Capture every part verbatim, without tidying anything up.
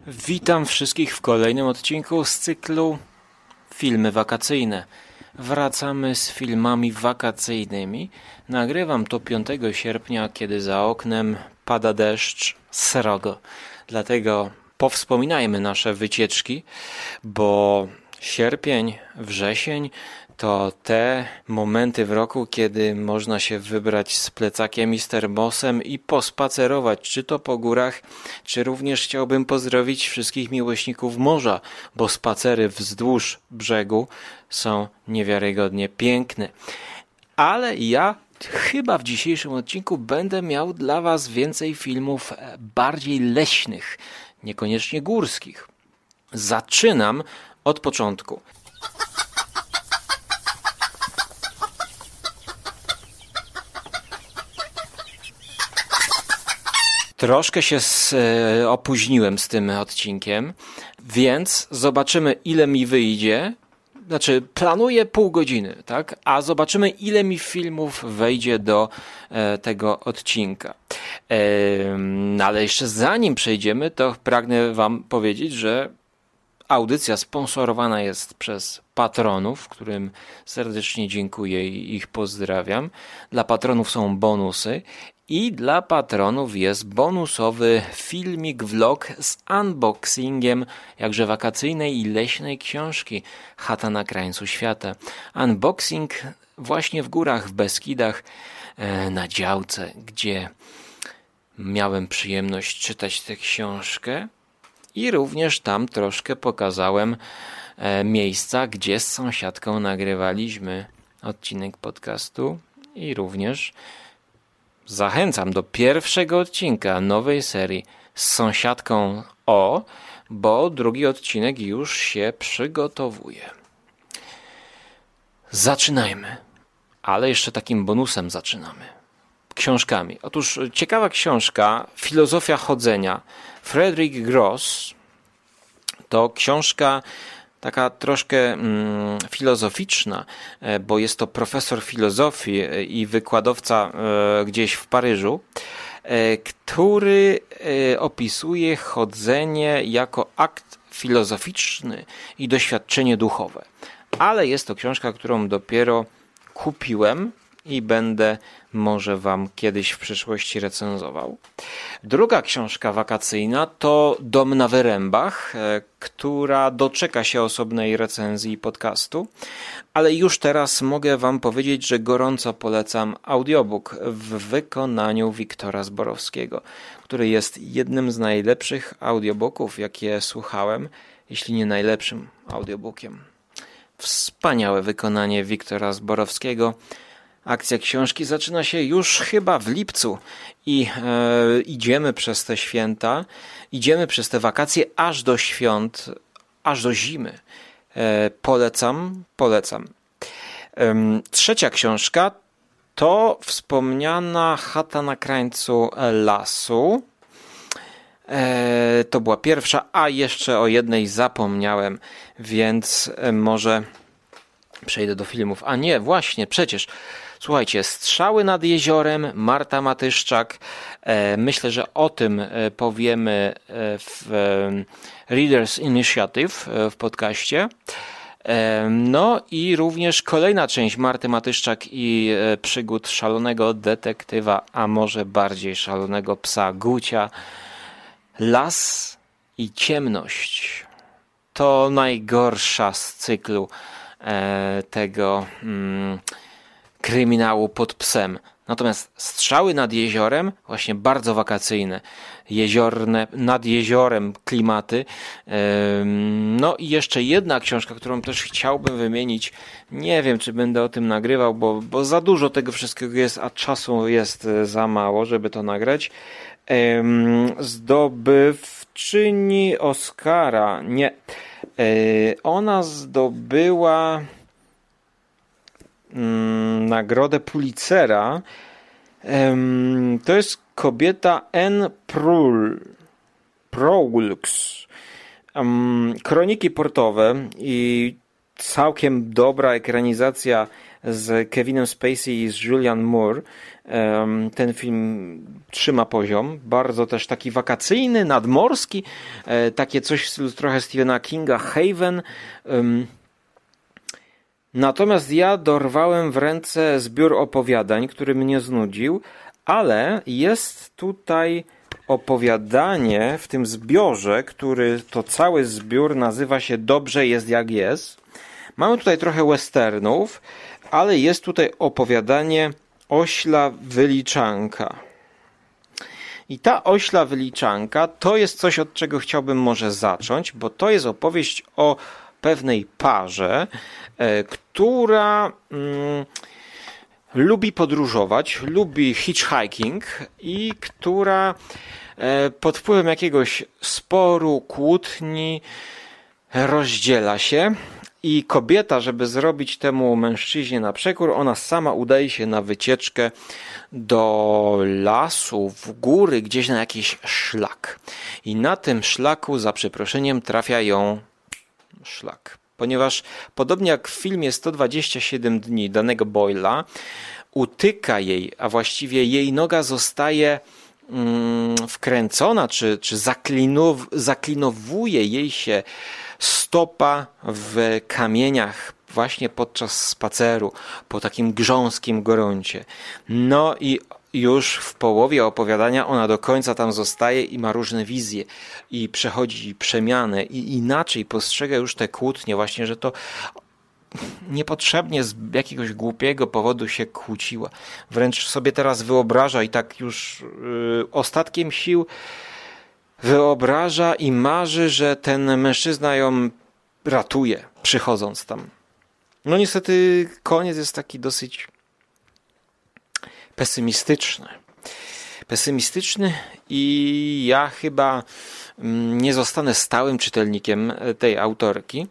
Witam wszystkich w kolejnym odcinku z cyklu Filmy wakacyjne. Wracamy z filmami wakacyjnymi. Nagrywam to piątego sierpnia, kiedy za oknem pada deszcz srogo. Dlatego powspominajmy nasze wycieczki, bo sierpień, wrzesień to te momenty w roku, kiedy można się wybrać z plecakiem i z termosem i pospacerować, czy to po górach, czy również chciałbym pozdrowić wszystkich miłośników morza, bo spacery wzdłuż brzegu są niewiarygodnie piękne. Ale ja chyba w dzisiejszym odcinku będę miał dla Was więcej filmów bardziej leśnych, niekoniecznie górskich. Zaczynam od początku. Troszkę się z, e, opóźniłem z tym odcinkiem, więc zobaczymy, ile mi wyjdzie. Znaczy, planuję pół godziny, tak? A zobaczymy, ile mi filmów wejdzie do e, tego odcinka. E, no ale jeszcze zanim przejdziemy, to pragnę Wam powiedzieć, że audycja sponsorowana jest przez patronów, którym serdecznie dziękuję i ich pozdrawiam. Dla patronów są bonusy. I dla patronów jest bonusowy filmik, vlog z unboxingiem jakże wakacyjnej i leśnej książki Chata na krańcu świata. Unboxing właśnie w górach, w Beskidach, na działce, gdzie miałem przyjemność czytać tę książkę i również tam troszkę pokazałem miejsca, gdzie z sąsiadką nagrywaliśmy odcinek podcastu i również zachęcam do pierwszego odcinka nowej serii z sąsiadką O, bo drugi odcinek już się przygotowuje. Zaczynajmy, ale jeszcze takim bonusem zaczynamy. Książkami. Otóż ciekawa książka Filozofia chodzenia. Frederick Gross to książka taka troszkę mm, filozoficzna, bo jest to profesor filozofii i wykładowca e, gdzieś w Paryżu, e, który e, opisuje chodzenie jako akt filozoficzny i doświadczenie duchowe. Ale jest to książka, którą dopiero kupiłem i będę może Wam kiedyś w przyszłości recenzował. Druga książka wakacyjna to Dom na Wyrębach, która doczeka się osobnej recenzji i podcastu, ale już teraz mogę Wam powiedzieć, że gorąco polecam audiobook w wykonaniu Wiktora Zborowskiego, który jest jednym z najlepszych audiobooków, jakie słuchałem, jeśli nie najlepszym audiobookiem. Wspaniałe wykonanie Wiktora Zborowskiego. Akcja książki zaczyna się już chyba w lipcu i e, idziemy przez te święta, idziemy przez te wakacje aż do świąt, aż do zimy. E, polecam, polecam. E, trzecia książka to wspomniana Chata na krańcu lasu. E, to była pierwsza, a jeszcze o jednej zapomniałem, więc może przejdę do filmów. A nie, właśnie, przecież słuchajcie, Strzały nad jeziorem, Marta Matyszczak. E, myślę, że o tym powiemy w Readers Initiative w podcaście. E, no i również kolejna część Marty Matyszczak i przygód szalonego detektywa, a może bardziej szalonego psa Gucia. Las i ciemność. To najgorsza z cyklu e, tego mm, kryminału pod psem. Natomiast Strzały nad jeziorem, właśnie bardzo wakacyjne, jeziorne, nad jeziorem klimaty. No i jeszcze jedna książka, którą też chciałbym wymienić. Nie wiem, czy będę o tym nagrywał, bo, bo za dużo tego wszystkiego jest, a czasu jest za mało, żeby to nagrać. Zdobywczyni Oscara. Nie. Ona zdobyła nagrodę Pulitzera. To jest kobieta Anne Proulx. Kroniki portowe i całkiem dobra ekranizacja z Kevinem Spacey i z Julianne Moore. Ten film trzyma poziom, bardzo też taki wakacyjny, nadmorski, takie coś w stylu trochę Stephena Kinga, Haven. Natomiast ja dorwałem w ręce zbiór opowiadań, który mnie znudził, ale jest tutaj opowiadanie w tym zbiorze, który to cały zbiór nazywa się Dobrze jest jak jest. Mamy tutaj trochę westernów, ale jest tutaj opowiadanie Ośla Wyliczanka. I ta Ośla Wyliczanka to jest coś, od czego chciałbym może zacząć, bo to jest opowieść o pewnej parze, e, która mm, lubi podróżować, lubi hitchhiking i która e, pod wpływem jakiegoś sporu, kłótni rozdziela się. I kobieta, żeby zrobić temu mężczyźnie na przekór, ona sama udaje się na wycieczkę do lasu, w góry, gdzieś na jakiś szlak. I na tym szlaku, za przeproszeniem, trafia ją szlak. Ponieważ podobnie jak w filmie sto dwadzieścia siedem dni danego Boyla, utyka jej, a właściwie jej noga zostaje mm, wkręcona, czy, czy zaklinow, zaklinowuje jej się stopa w kamieniach właśnie podczas spaceru po takim grząskim gruncie. No i już w połowie opowiadania ona do końca tam zostaje i ma różne wizje i przechodzi przemianę i inaczej postrzega już te kłótnie, właśnie, że to niepotrzebnie z jakiegoś głupiego powodu się kłóciła. Wręcz sobie teraz wyobraża i tak już yy, ostatkiem sił wyobraża i marzy, że ten mężczyzna ją ratuje, przychodząc tam. No niestety koniec jest taki dosyć pesymistyczny. Pesymistyczny i ja chyba nie zostanę stałym czytelnikiem tej autorki,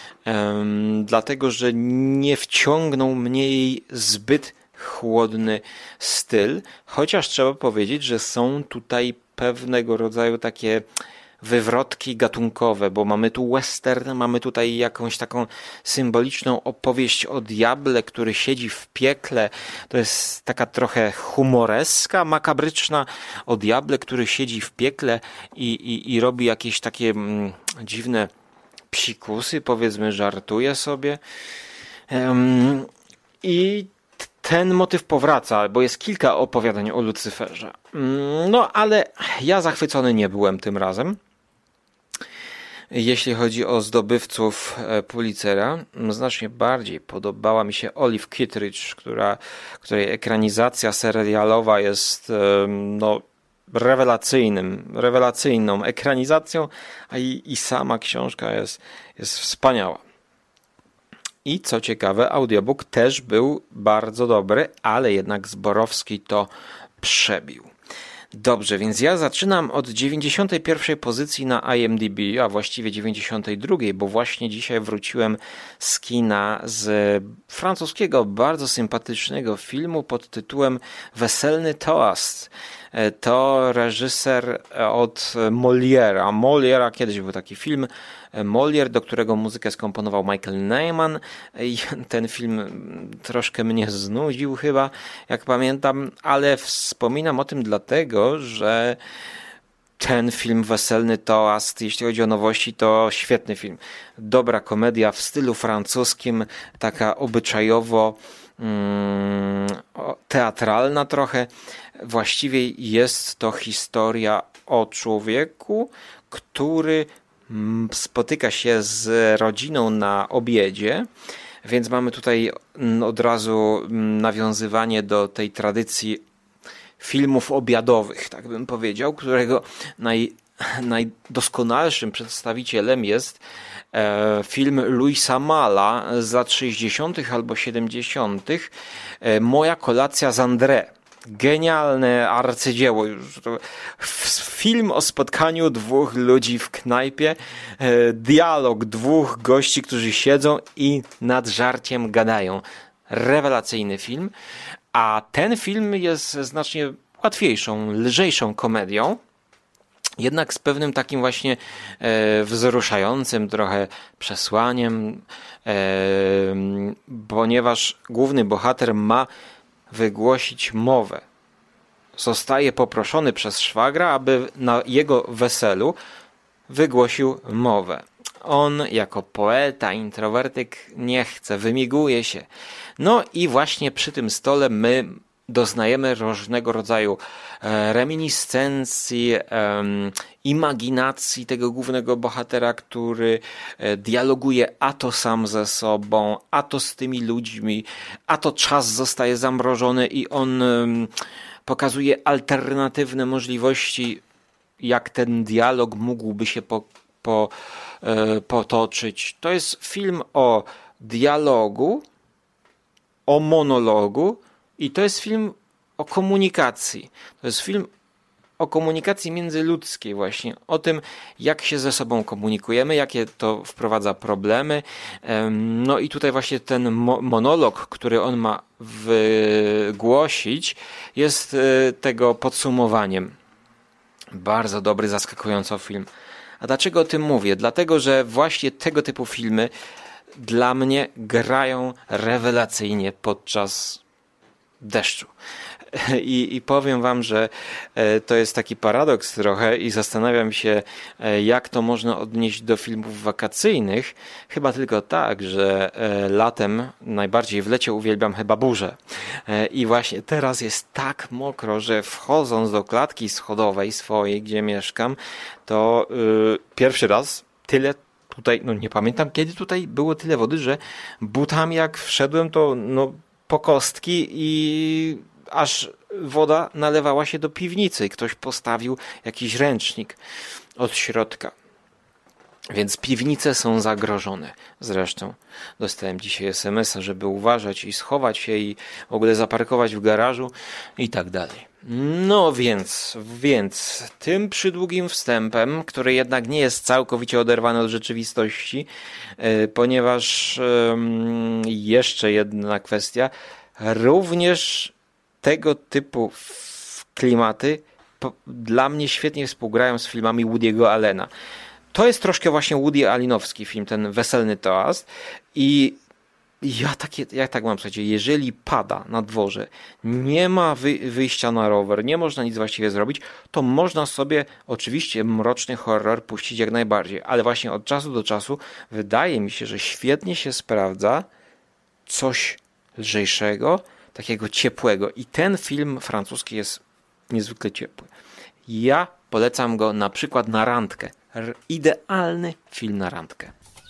dlatego że nie wciągnął mnie jej zbyt chłodny styl, chociaż trzeba powiedzieć, że są tutaj pewnego rodzaju takie wywrotki gatunkowe, bo mamy tu western, mamy tutaj jakąś taką symboliczną opowieść o diable, który siedzi w piekle. To jest taka trochę humoreska, makabryczna o diable, który siedzi w piekle i, i, i robi jakieś takie mm, dziwne psikusy, powiedzmy, żartuje sobie. Um, I ten motyw powraca, bo jest kilka opowiadań o Lucyferze. No, ale ja zachwycony nie byłem tym razem. Jeśli chodzi o zdobywców Pulitzera, znacznie bardziej podobała mi się Olive Kitteridge, która, której ekranizacja serialowa jest no, rewelacyjnym, rewelacyjną ekranizacją, a i, i sama książka jest, jest wspaniała. I co ciekawe, audiobook też był bardzo dobry, ale jednak Zborowski to przebił. Dobrze, więc ja zaczynam od dziewięćdziesiątej pierwszej pozycji na I M D B, a właściwie dziewięćdziesiątej drugiej, bo właśnie dzisiaj wróciłem z kina z francuskiego, bardzo sympatycznego filmu pod tytułem Weselny toast. To reżyser od Moliera. Moliera, kiedyś był taki film Molière, do którego muzykę skomponował Michael Nyman. I ten film troszkę mnie znudził chyba, jak pamiętam, ale wspominam o tym dlatego, że ten film Weselny toast, jeśli chodzi o nowości, to świetny film. Dobra komedia w stylu francuskim, taka obyczajowo mm, teatralna trochę. Właściwie jest to historia o człowieku, który spotyka się z rodziną na obiedzie, więc mamy tutaj od razu nawiązywanie do tej tradycji filmów obiadowych, tak bym powiedział, którego naj, najdoskonalszym przedstawicielem jest e, film Louisa Malla z lat sześćdziesiątych albo siedemdziesiątych. E, Moja kolacja z André. Genialne arcydzieło. Film o spotkaniu dwóch ludzi w knajpie, dialog dwóch gości, którzy siedzą i nad żarciem gadają. Rewelacyjny film, a ten film jest znacznie łatwiejszą, lżejszą komedią. jednak z pewnym takim właśnie e, wzruszającym trochę przesłaniem, e, ponieważ główny bohater ma wygłosić mowę. Zostaje poproszony przez szwagra, aby na jego weselu wygłosił mowę. On jako poeta, introwertyk nie chce, wymiguje się. No i właśnie przy tym stole my doznajemy różnego rodzaju reminiscencji, imaginacji tego głównego bohatera, który dialoguje a to sam ze sobą, a to z tymi ludźmi, a to czas zostaje zamrożony i on pokazuje alternatywne możliwości, jak ten dialog mógłby się po, po, potoczyć. To jest film o dialogu, o monologu i to jest film o komunikacji. To jest film o komunikacji międzyludzkiej właśnie, o tym, jak się ze sobą komunikujemy, jakie to wprowadza problemy. No i tutaj właśnie ten monolog, który on ma wygłosić, jest tego podsumowaniem. Bardzo dobry, zaskakująco film. A dlaczego o tym mówię? Dlatego, że właśnie tego typu filmy dla mnie grają rewelacyjnie podczas deszczu. I, I powiem wam, że to jest taki paradoks trochę i zastanawiam się, jak to można odnieść do filmów wakacyjnych. Chyba tylko tak, że latem, najbardziej w lecie uwielbiam chyba burzę. I właśnie teraz jest tak mokro, że wchodząc do klatki schodowej swojej, gdzie mieszkam, to yy, pierwszy raz tyle tutaj, no nie pamiętam kiedy tutaj było tyle wody, że butami jak wszedłem, to no po kostki i aż woda nalewała się do piwnicy. Ktoś postawił jakiś ręcznik od środka. Więc piwnice są zagrożone. Zresztą dostałem dzisiaj es em es a, żeby uważać i schować się i w ogóle zaparkować w garażu i tak dalej. No więc, więc tym przydługim wstępem, który jednak nie jest całkowicie oderwany od rzeczywistości, yy, ponieważ yy, jeszcze jedna kwestia, również tego typu klimaty po, dla mnie świetnie współgrają z filmami Woody'ego Allena. To jest troszkę właśnie Woody Allenowski film, ten Weselny toast i ja, takie, ja tak mam, słuchajcie, jeżeli pada na dworze, nie ma wy, wyjścia na rower, nie można nic właściwie zrobić, to można sobie oczywiście mroczny horror puścić jak najbardziej, ale właśnie od czasu do czasu wydaje mi się, że świetnie się sprawdza coś lżejszego, takiego ciepłego i ten film francuski jest niezwykle ciepły. Ja polecam go na przykład na randkę. Idealny film na randkę.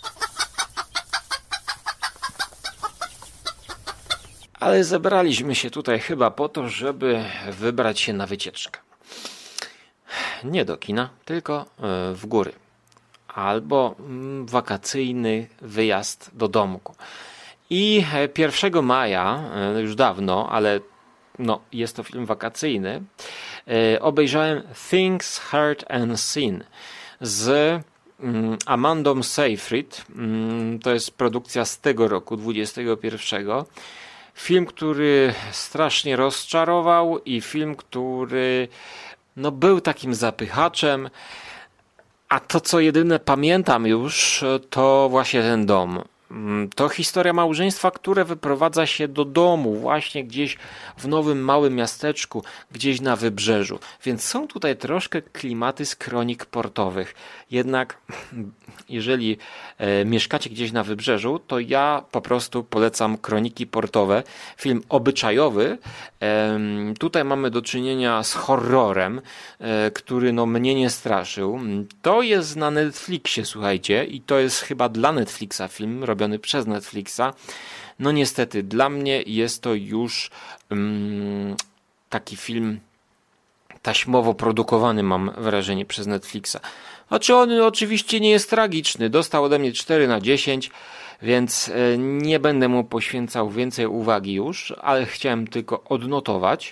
Ale zebraliśmy się tutaj chyba po to, żeby wybrać się na wycieczkę. Nie do kina, tylko w góry. Albo wakacyjny wyjazd do domku. I pierwszego maja, już dawno, ale no, jest to film wakacyjny, obejrzałem Things Heard and Seen z Amandą Seyfried. To jest produkcja z tego roku, dwudziestego pierwszego. Film, który strasznie rozczarował i film, który no, był takim zapychaczem. A to, co jedyne pamiętam już, to właśnie ten dom. To historia małżeństwa, które wyprowadza się do domu właśnie gdzieś w nowym, małym miasteczku, gdzieś na wybrzeżu. Więc są tutaj troszkę klimaty z kronik portowych. Jednak jeżeli e, mieszkacie gdzieś na wybrzeżu, to ja po prostu polecam Kroniki portowe. Film obyczajowy. E, tutaj mamy do czynienia z horrorem, e, który no, mnie nie straszył. To jest na Netflixie, słuchajcie, i to jest chyba dla Netflixa film, robiony przez Netflixa. No niestety, dla mnie jest to już um, taki film taśmowo produkowany, mam wrażenie, przez Netflixa. Znaczy on oczywiście nie jest tragiczny, dostał ode mnie cztery na dziesięć, więc nie będę mu poświęcał więcej uwagi już, ale chciałem tylko odnotować.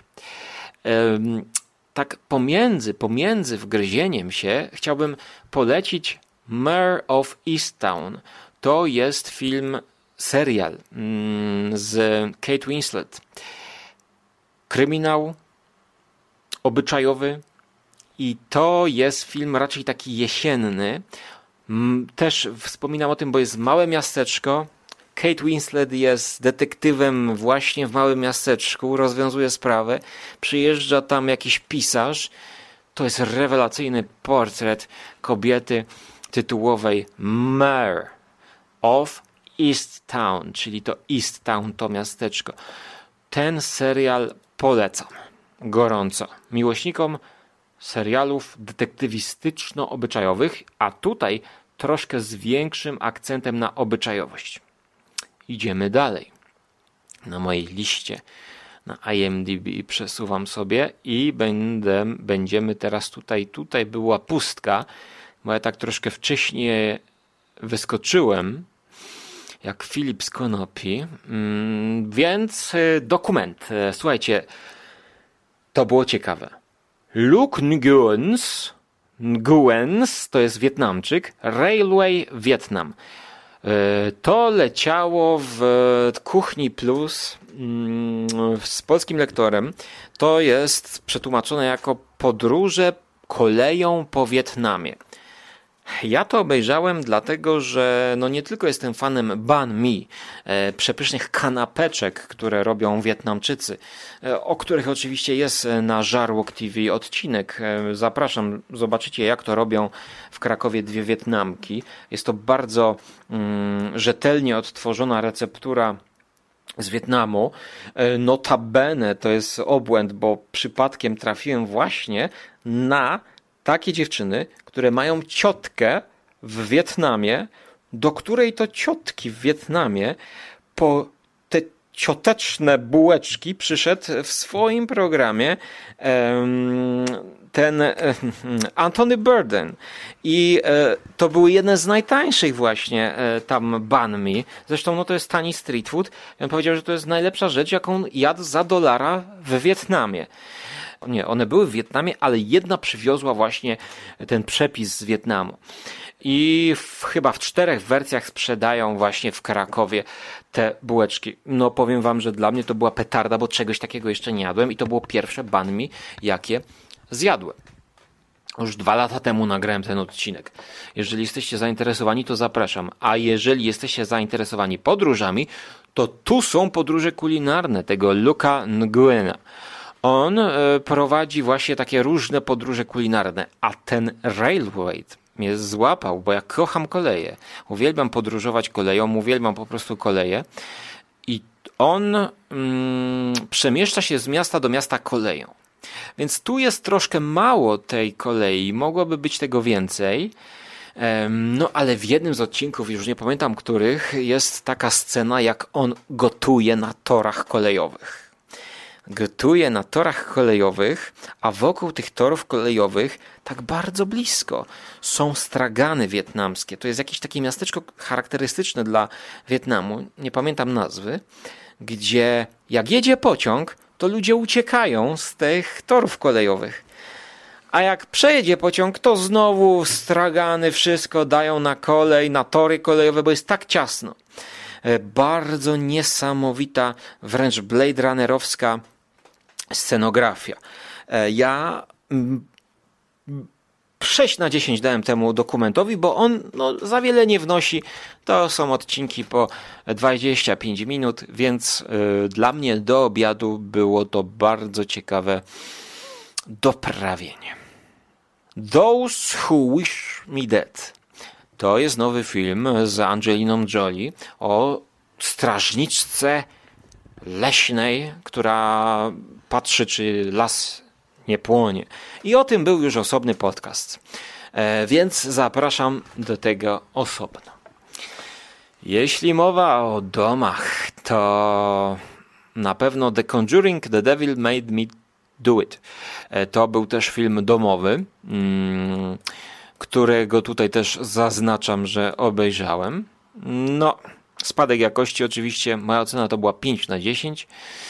Tak pomiędzy, pomiędzy wgryzieniem się chciałbym polecić Mare of Easttown. To jest film, serial z Kate Winslet. Kryminał obyczajowy, I to jest film raczej taki jesienny. Też wspominam o tym, bo jest małe miasteczko. Kate Winslet jest detektywem właśnie w małym miasteczku, rozwiązuje sprawę. Przyjeżdża tam jakiś pisarz. To jest rewelacyjny portret kobiety tytułowej Mare of East Town, czyli to East Town, to miasteczko. Ten serial polecam gorąco miłośnikom serialów detektywistyczno-obyczajowych, a tutaj troszkę z większym akcentem na obyczajowość. Idziemy dalej. Na mojej liście na I M D B przesuwam sobie i będę, będziemy teraz tutaj, tutaj była pustka, bo ja tak troszkę wcześniej wyskoczyłem, jak Filip z Konopi, więc dokument. Słuchajcie, to było ciekawe. Luc Nguyen's, Nguyen's, to jest Wietnamczyk, Railway Vietnam. To leciało w Kuchni Plus z polskim lektorem. To jest przetłumaczone jako podróże koleją po Wietnamie. Ja to obejrzałem dlatego, że no nie tylko jestem fanem banh mi, e, przepysznych kanapeczek, które robią Wietnamczycy, e, o których oczywiście jest na Żarłok T V odcinek. E, zapraszam, zobaczycie jak to robią w Krakowie dwie Wietnamki. Jest to bardzo mm, rzetelnie odtworzona receptura z Wietnamu. E, notabene to jest obłęd, bo przypadkiem trafiłem właśnie na takie dziewczyny, które mają ciotkę w Wietnamie, do której to ciotki w Wietnamie po te cioteczne bułeczki przyszedł w swoim programie um, ten um, Anthony Bourdain. I e, to były jedne z najtańszych właśnie e, tam banh mi. Zresztą no to jest tani street food. Ja powiedział, że to jest najlepsza rzecz, jaką jadł za dolara w Wietnamie. Nie, one były w Wietnamie, ale jedna przywiozła właśnie ten przepis z Wietnamu. I w, chyba w czterech wersjach sprzedają właśnie w Krakowie te bułeczki. No powiem wam, że dla mnie to była petarda, bo czegoś takiego jeszcze nie jadłem i to było pierwsze banh mi, jakie zjadłem. Już dwa lata temu nagrałem ten odcinek. Jeżeli jesteście zainteresowani, to zapraszam. A jeżeli jesteście zainteresowani podróżami, to tu są podróże kulinarne tego Luca Nguyena. On prowadzi właśnie takie różne podróże kulinarne, a ten Railway mnie złapał, bo ja kocham koleje. Uwielbiam podróżować koleją, uwielbiam po prostu koleje. I on mm, przemieszcza się z miasta do miasta koleją. Więc tu jest troszkę mało tej kolei, mogłoby być tego więcej. No ale w jednym z odcinków, już nie pamiętam których, jest taka scena, jak on gotuje na torach kolejowych. Gotuje na torach kolejowych, a wokół tych torów kolejowych, tak bardzo blisko, są stragany wietnamskie. To jest jakieś takie miasteczko charakterystyczne dla Wietnamu, nie pamiętam nazwy, gdzie jak jedzie pociąg, to ludzie uciekają z tych torów kolejowych. A jak przejedzie pociąg, to znowu stragany wszystko dają na kolej, na tory kolejowe, bo jest tak ciasno. Bardzo niesamowita, wręcz Blade Runnerowska scenografia. Ja sześć na dziesięć dałem temu dokumentowi, bo on no, za wiele nie wnosi. To są odcinki po dwadzieścia pięć minut, więc y, dla mnie do obiadu było to bardzo ciekawe doprawienie. Those Who Wish Me Dead. To jest nowy film z Angeliną Jolie o strażniczce leśnej, która patrzy, czy las nie płonie. I o tym był już osobny podcast. E, więc zapraszam do tego osobno. Jeśli mowa o domach, to na pewno The Conjuring, The Devil Made Me Do It. E, to był też film domowy, mm, którego tutaj też zaznaczam, że obejrzałem. No, spadek jakości oczywiście, moja ocena to była pięć na dziesięć.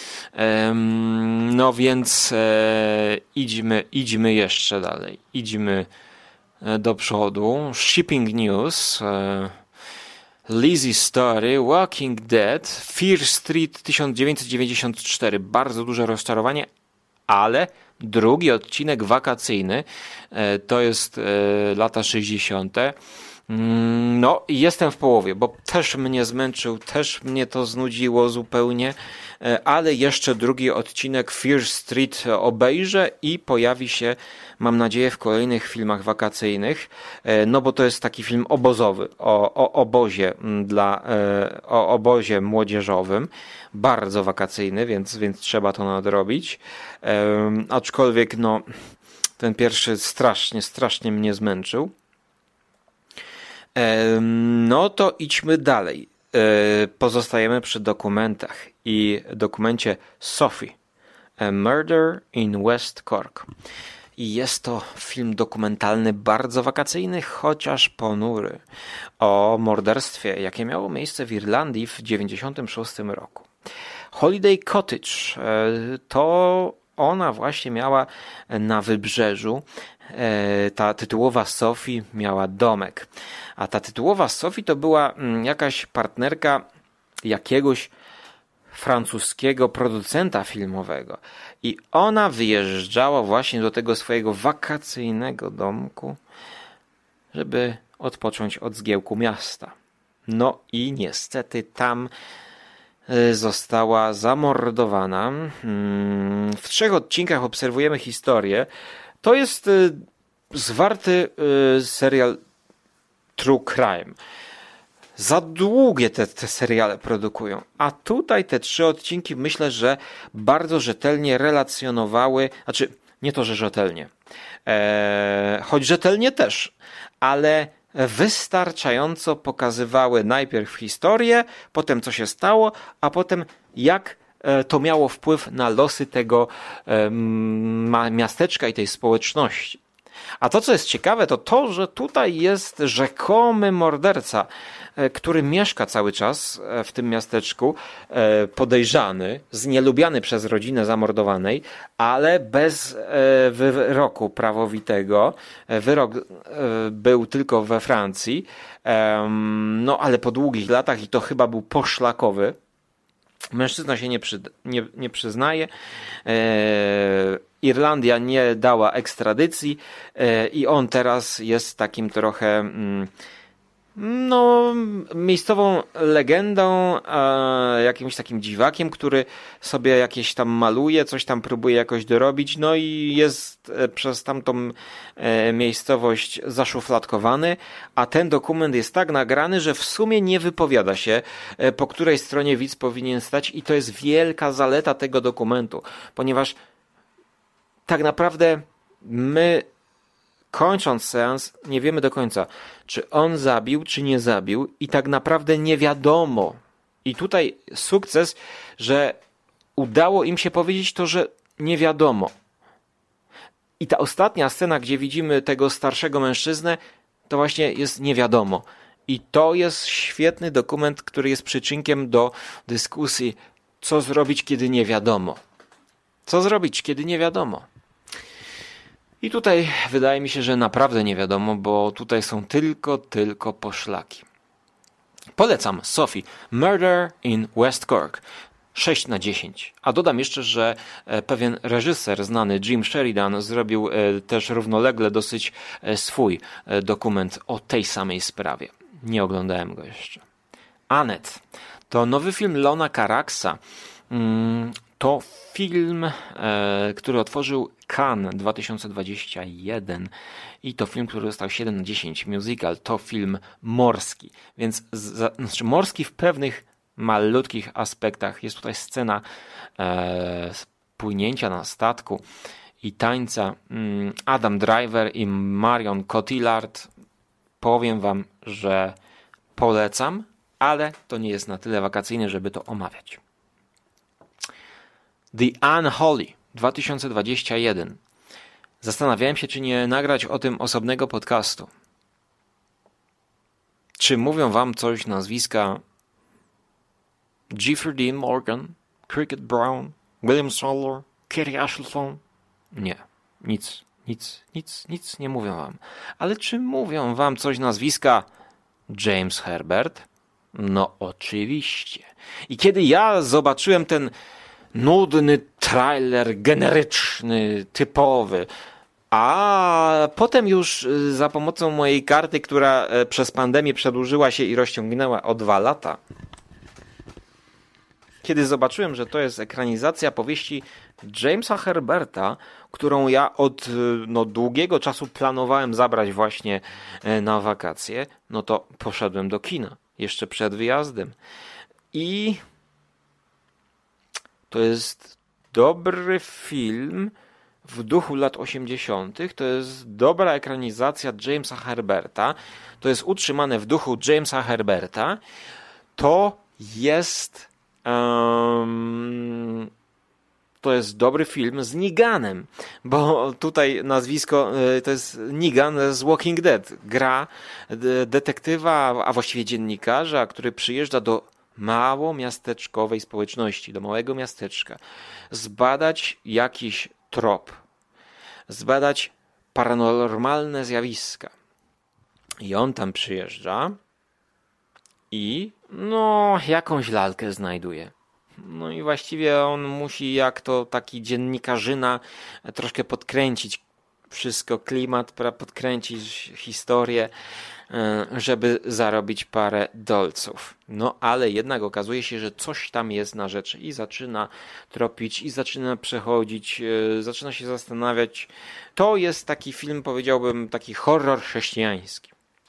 No więc e, idźmy, idźmy jeszcze dalej. Idźmy do przodu. Shipping News, e, Lizzie Story, Walking Dead, Fear Street tysiąc dziewięćset dziewięćdziesiąt cztery. Bardzo duże rozczarowanie, ale drugi odcinek wakacyjny, to jest lata sześćdziesiąte. No i jestem w połowie, bo też mnie zmęczył, też mnie to znudziło zupełnie, ale jeszcze drugi odcinek Fear Street obejrzę i pojawi się, mam nadzieję, w kolejnych filmach wakacyjnych, no bo to jest taki film obozowy, o, o obozie dla, o obozie młodzieżowym, bardzo wakacyjny, więc, więc trzeba to nadrobić, aczkolwiek no ten pierwszy strasznie, strasznie mnie zmęczył. No to idźmy dalej. Pozostajemy przy dokumentach i dokumencie Sophie, A Murder in West Cork. I jest to film dokumentalny, bardzo wakacyjny, chociaż ponury, o morderstwie, jakie miało miejsce w Irlandii w dziewięćdziesiątym szóstym roku. Holiday Cottage to ona właśnie miała na wybrzeżu, ta tytułowa Sophie miała domek, a ta tytułowa Sophie to była jakaś partnerka jakiegoś francuskiego producenta filmowego i ona wyjeżdżała właśnie do tego swojego wakacyjnego domku, żeby odpocząć od zgiełku miasta. No i niestety tam została zamordowana. W trzech odcinkach obserwujemy historię. To jest zwarty serial True Crime. Za długie te, te seriale produkują, a tutaj te trzy odcinki myślę, że bardzo rzetelnie relacjonowały, znaczy nie to, że rzetelnie, e, choć rzetelnie też, ale wystarczająco pokazywały najpierw historię, potem co się stało, a potem jak to miało wpływ na losy tego miasteczka i tej społeczności. A to, co jest ciekawe, to to, że tutaj jest rzekomy morderca, który mieszka cały czas w tym miasteczku, podejrzany, znielubiany przez rodzinę zamordowanej, ale bez wyroku prawowitego. Wyrok był tylko we Francji, no ale po długich latach i to chyba był poszlakowy. Mężczyzna się nie, przy, nie, nie przyznaje. E, Irlandia nie dała ekstradycji e, i on teraz jest takim trochę mm, no, miejscową legendą, e, jakimś takim dziwakiem, który sobie jakieś tam maluje, coś tam próbuje jakoś dorobić, no i jest e, przez tamtą e, miejscowość zaszufladkowany, a ten dokument jest tak nagrany, że w sumie nie wypowiada się, e, po której stronie widz powinien stać i to jest wielka zaleta tego dokumentu, ponieważ tak naprawdę my, kończąc seans, nie wiemy do końca, czy on zabił, czy nie zabił i tak naprawdę nie wiadomo. I tutaj sukces, że udało im się powiedzieć to, że nie wiadomo. I ta ostatnia scena, gdzie widzimy tego starszego mężczyznę, to właśnie jest nie wiadomo. I to jest świetny dokument, który jest przyczynkiem do dyskusji, co zrobić, kiedy nie wiadomo. Co zrobić, kiedy nie wiadomo? I tutaj wydaje mi się, że naprawdę nie wiadomo, bo tutaj są tylko, tylko poszlaki. Polecam Sophie, Murder in West Cork. sześć na dziesięć. A dodam jeszcze, że pewien reżyser znany, Jim Sheridan, zrobił też równolegle dosyć swój dokument o tej samej sprawie. Nie oglądałem go jeszcze. Annette to nowy film Lona Caraxa. To film, który otworzył Cannes dwa tysiące dwudziesty pierwszy i to film, który dostał siedem na dziesięć. Musical to film morski, więc z, znaczy morski w pewnych malutkich aspektach. Jest tutaj scena e, płynięcia na statku i tańca. Adam Driver i Marion Cotillard. Powiem wam, że polecam, ale to nie jest na tyle wakacyjne, żeby to omawiać. The Unholy dwa tysiące dwudziesty pierwszy. Zastanawiałem się, czy nie nagrać o tym osobnego podcastu. Czy mówią wam coś nazwiska Jeffrey Dean Morgan, Cricket Brown, William Solar, Kerry Ashleton? Nie, nic, nic, nic, nic nie mówią wam. Ale czy mówią wam coś nazwiska James Herbert? No oczywiście. I kiedy ja zobaczyłem ten nudny trailer, generyczny, typowy. A potem już za pomocą mojej karty, która przez pandemię przedłużyła się i rozciągnęła o dwa lata, kiedy zobaczyłem, że to jest ekranizacja powieści Jamesa Herberta, którą ja od no, długiego czasu planowałem zabrać właśnie na wakacje, no to poszedłem do kina jeszcze przed wyjazdem. I to jest dobry film w duchu lat osiemdziesiątych. To jest dobra ekranizacja Jamesa Herberta. To jest utrzymane w duchu Jamesa Herberta. To jest um, to jest dobry film z Neganem, bo tutaj nazwisko to jest Negan z Walking Dead. Gra detektywa, a właściwie dziennikarza, który przyjeżdża do małomiasteczkowej społeczności, do małego miasteczka, zbadać jakiś trop, zbadać paranormalne zjawiska. I on tam przyjeżdża i no jakąś lalkę znajduje. No i właściwie on musi, jak to taki dziennikarzyna, troszkę podkręcić wszystko, klimat, podkręcić historię, żeby zarobić parę dolców. No ale jednak okazuje się, że coś tam jest na rzeczy i zaczyna tropić i zaczyna przechodzić, zaczyna się zastanawiać. To jest taki film, powiedziałbym, taki horror chrześcijański.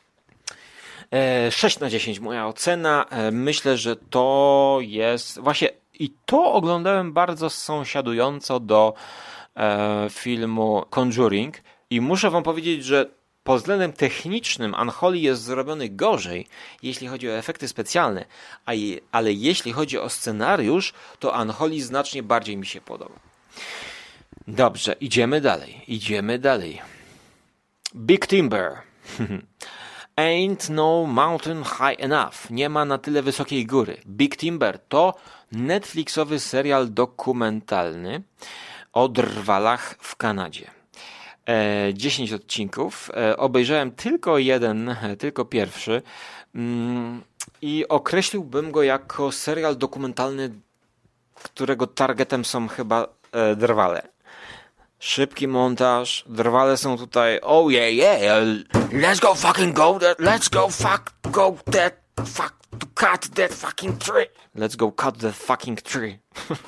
sześć na dziesięć moja ocena. Myślę, że to jest właśnie i to oglądałem bardzo sąsiadująco do e, filmu Conjuring i muszę wam powiedzieć, że pod względem technicznym Unholy jest zrobiony gorzej, jeśli chodzi o efekty specjalne, a je, ale jeśli chodzi o scenariusz, to Unholy znacznie bardziej mi się podoba. Dobrze, idziemy dalej, idziemy dalej. Big Timber. Ain't no mountain high enough. Nie ma na tyle wysokiej góry. Big Timber to Netflixowy serial dokumentalny o drwalach w Kanadzie. E, dziesięć odcinków. E, obejrzałem tylko jeden, tylko pierwszy mm, i określiłbym go jako serial dokumentalny, którego targetem są chyba e, drwale. Szybki montaż, drwale są tutaj, oh yeah, yeah, let's go fucking go there, let's go fuck, go that, fuck, to cut that fucking tree. Let's go cut that fucking tree.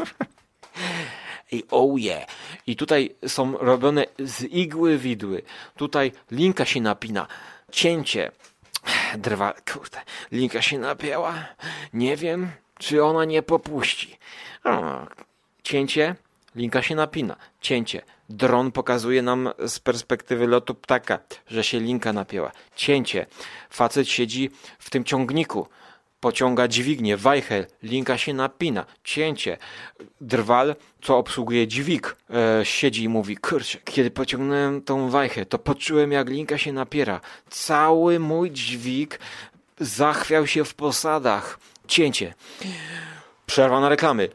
I oh yeah. I tutaj są robione z igły widły. Tutaj linka się napina. Cięcie. Drwal, kurde, linka się napięła. Nie wiem, czy ona nie popuści. O, cięcie. Linka się napina. Cięcie. Dron pokazuje nam z perspektywy lotu ptaka, że się linka napięła. Cięcie. Facet siedzi w tym ciągniku. Pociąga dźwignię, wajchę, linka się napina. Cięcie. Drwal, co obsługuje dźwig, e, siedzi i mówi, kurczę, kiedy pociągnąłem tą wajchę, to poczułem, jak linka się napiera. Cały mój dźwig zachwiał się w posadach. Cięcie. Przerwa na reklamy.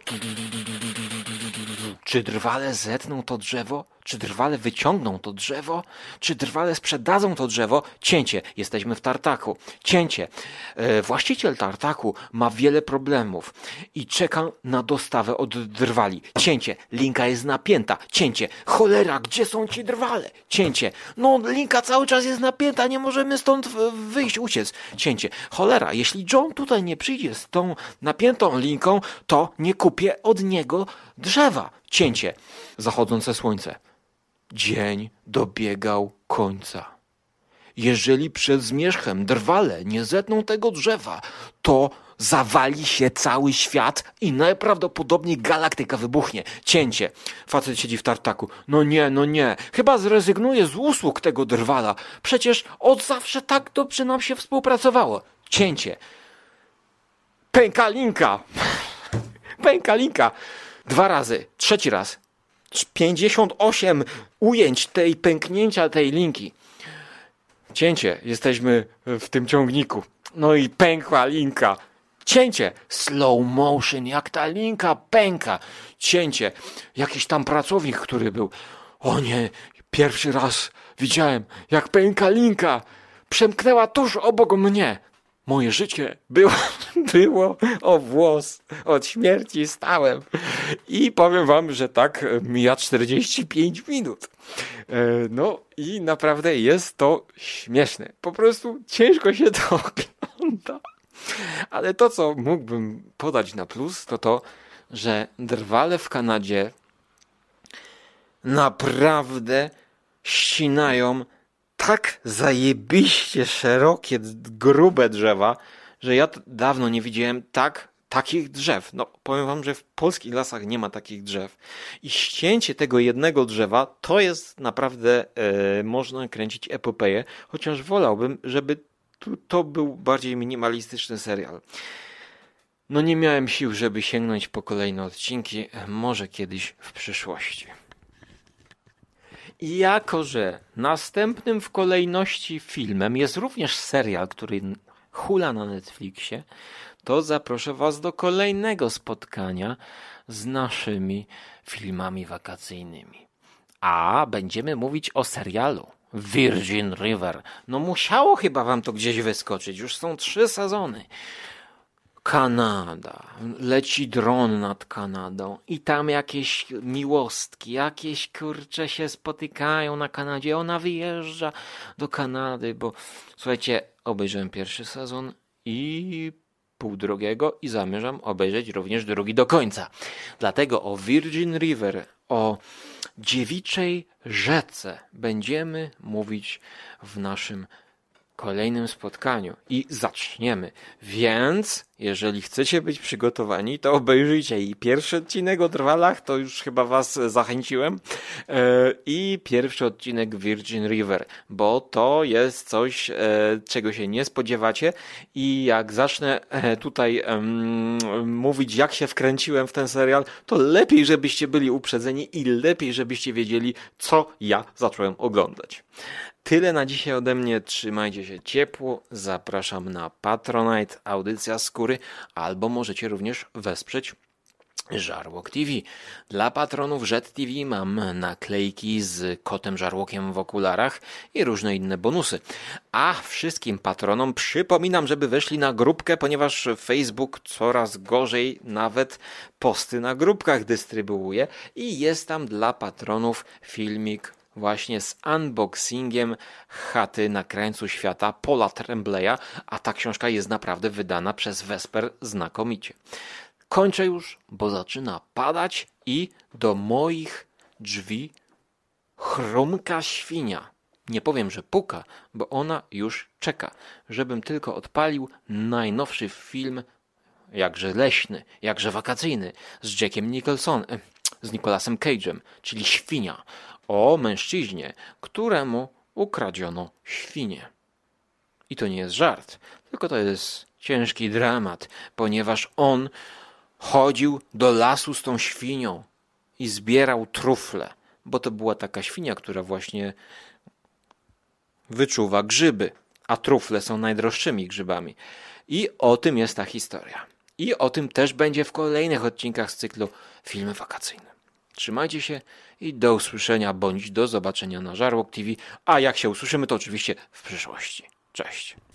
Czy drwale zetną to drzewo? Czy drwale wyciągną to drzewo? Czy drwale sprzedadzą to drzewo? Cięcie. Jesteśmy w tartaku. Cięcie. E, właściciel tartaku ma wiele problemów i czeka na dostawę od drwali. Cięcie. Linka jest napięta. Cięcie. Cholera, gdzie są ci drwale? Cięcie. No, linka cały czas jest napięta, nie możemy stąd wyjść, uciec. Cięcie. Cholera, jeśli John tutaj nie przyjdzie z tą napiętą linką, to nie kupię od niego drzewa. Cięcie. Zachodzące słońce. Dzień dobiegał końca. Jeżeli przed zmierzchem drwale nie zetną tego drzewa, to zawali się cały świat i najprawdopodobniej galaktyka wybuchnie. Cięcie. Facet siedzi w tartaku. No nie, no nie. Chyba zrezygnuję z usług tego drwala. Przecież od zawsze tak dobrze nam się współpracowało. Cięcie. Pęka linka. Pęka linka. Dwa razy. Trzeci raz. pięćdziesiąt osiem ujęć tej pęknięcia tej linki. Cięcie. Jesteśmy w tym ciągniku. No i pękła linka. Cięcie. Slow motion, jak ta linka pęka. Cięcie. Jakiś tam pracownik, który był. O nie, pierwszy raz widziałem, jak pęka linka. Przemknęła tuż obok mnie. Moje życie było, było o włos od śmierci stałem. I powiem wam, że tak mija czterdzieści pięć minut. No i naprawdę jest to śmieszne. Po prostu ciężko się to ogląda. Ale to, co mógłbym podać na plus, to to, że drwale w Kanadzie naprawdę ścinają tak zajebiście szerokie, grube drzewa, że ja dawno nie widziałem tak takich drzew. No, powiem wam, że w polskich lasach nie ma takich drzew. I ścięcie tego jednego drzewa to jest naprawdę, e, można kręcić epopeję, chociaż wolałbym, żeby tu, to był bardziej minimalistyczny serial. No nie miałem sił, żeby sięgnąć po kolejne odcinki, może kiedyś w przyszłości. I jako że następnym w kolejności filmem jest również serial, który hula na Netflixie, to zaproszę was do kolejnego spotkania z naszymi filmami wakacyjnymi. A będziemy mówić o serialu Virgin River. No musiało chyba wam to gdzieś wyskoczyć. Już są trzy sezony. Kanada. Leci dron nad Kanadą i tam jakieś miłostki, jakieś kurcze się spotykają na Kanadzie. Ona wyjeżdża do Kanady, bo słuchajcie, obejrzałem pierwszy sezon i pół drugiego i zamierzam obejrzeć również drugi do końca. Dlatego o Virgin River, o dziewiczej rzece będziemy mówić w naszym kolejnym spotkaniu i zaczniemy. Więc jeżeli chcecie być przygotowani, to obejrzyjcie i pierwszy odcinek o drwalach, to już chyba was zachęciłem, i pierwszy odcinek Virgin River, bo to jest coś, czego się nie spodziewacie i jak zacznę tutaj um, mówić, jak się wkręciłem w ten serial, to lepiej, żebyście byli uprzedzeni i lepiej, żebyście wiedzieli, co ja zacząłem oglądać. Tyle na dzisiaj ode mnie. Trzymajcie się ciepło. Zapraszam na Patronite, audycja skóry, albo możecie również wesprzeć Żarłok T V. Dla patronów Żet T V mam naklejki z kotem Żarłokiem w okularach i różne inne bonusy. A wszystkim patronom przypominam, żeby weszli na grupkę, ponieważ Facebook coraz gorzej nawet posty na grupkach dystrybuuje i jest tam dla patronów filmik właśnie z unboxingiem Chaty na krańcu świata Paula Trembleya, a ta książka jest naprawdę wydana przez Vesper znakomicie. Kończę już, bo zaczyna padać i do moich drzwi chrumka świnia. Nie powiem, że puka, bo ona już czeka, żebym tylko odpalił najnowszy film, jakże leśny, jakże wakacyjny, z Jackiem Nicholson, z Nicolasem Cage'em, czyli Świnia, o mężczyźnie, któremu ukradziono świnię. I to nie jest żart, tylko to jest ciężki dramat, ponieważ on chodził do lasu z tą świnią i zbierał trufle, bo to była taka świnia, która właśnie wyczuwa grzyby, a trufle są najdroższymi grzybami. I o tym jest ta historia. I o tym też będzie w kolejnych odcinkach z cyklu Filmy Wakacyjne. Trzymajcie się i do usłyszenia bądź do zobaczenia na Żarłok T V, a jak się usłyszymy, to oczywiście w przyszłości. Cześć.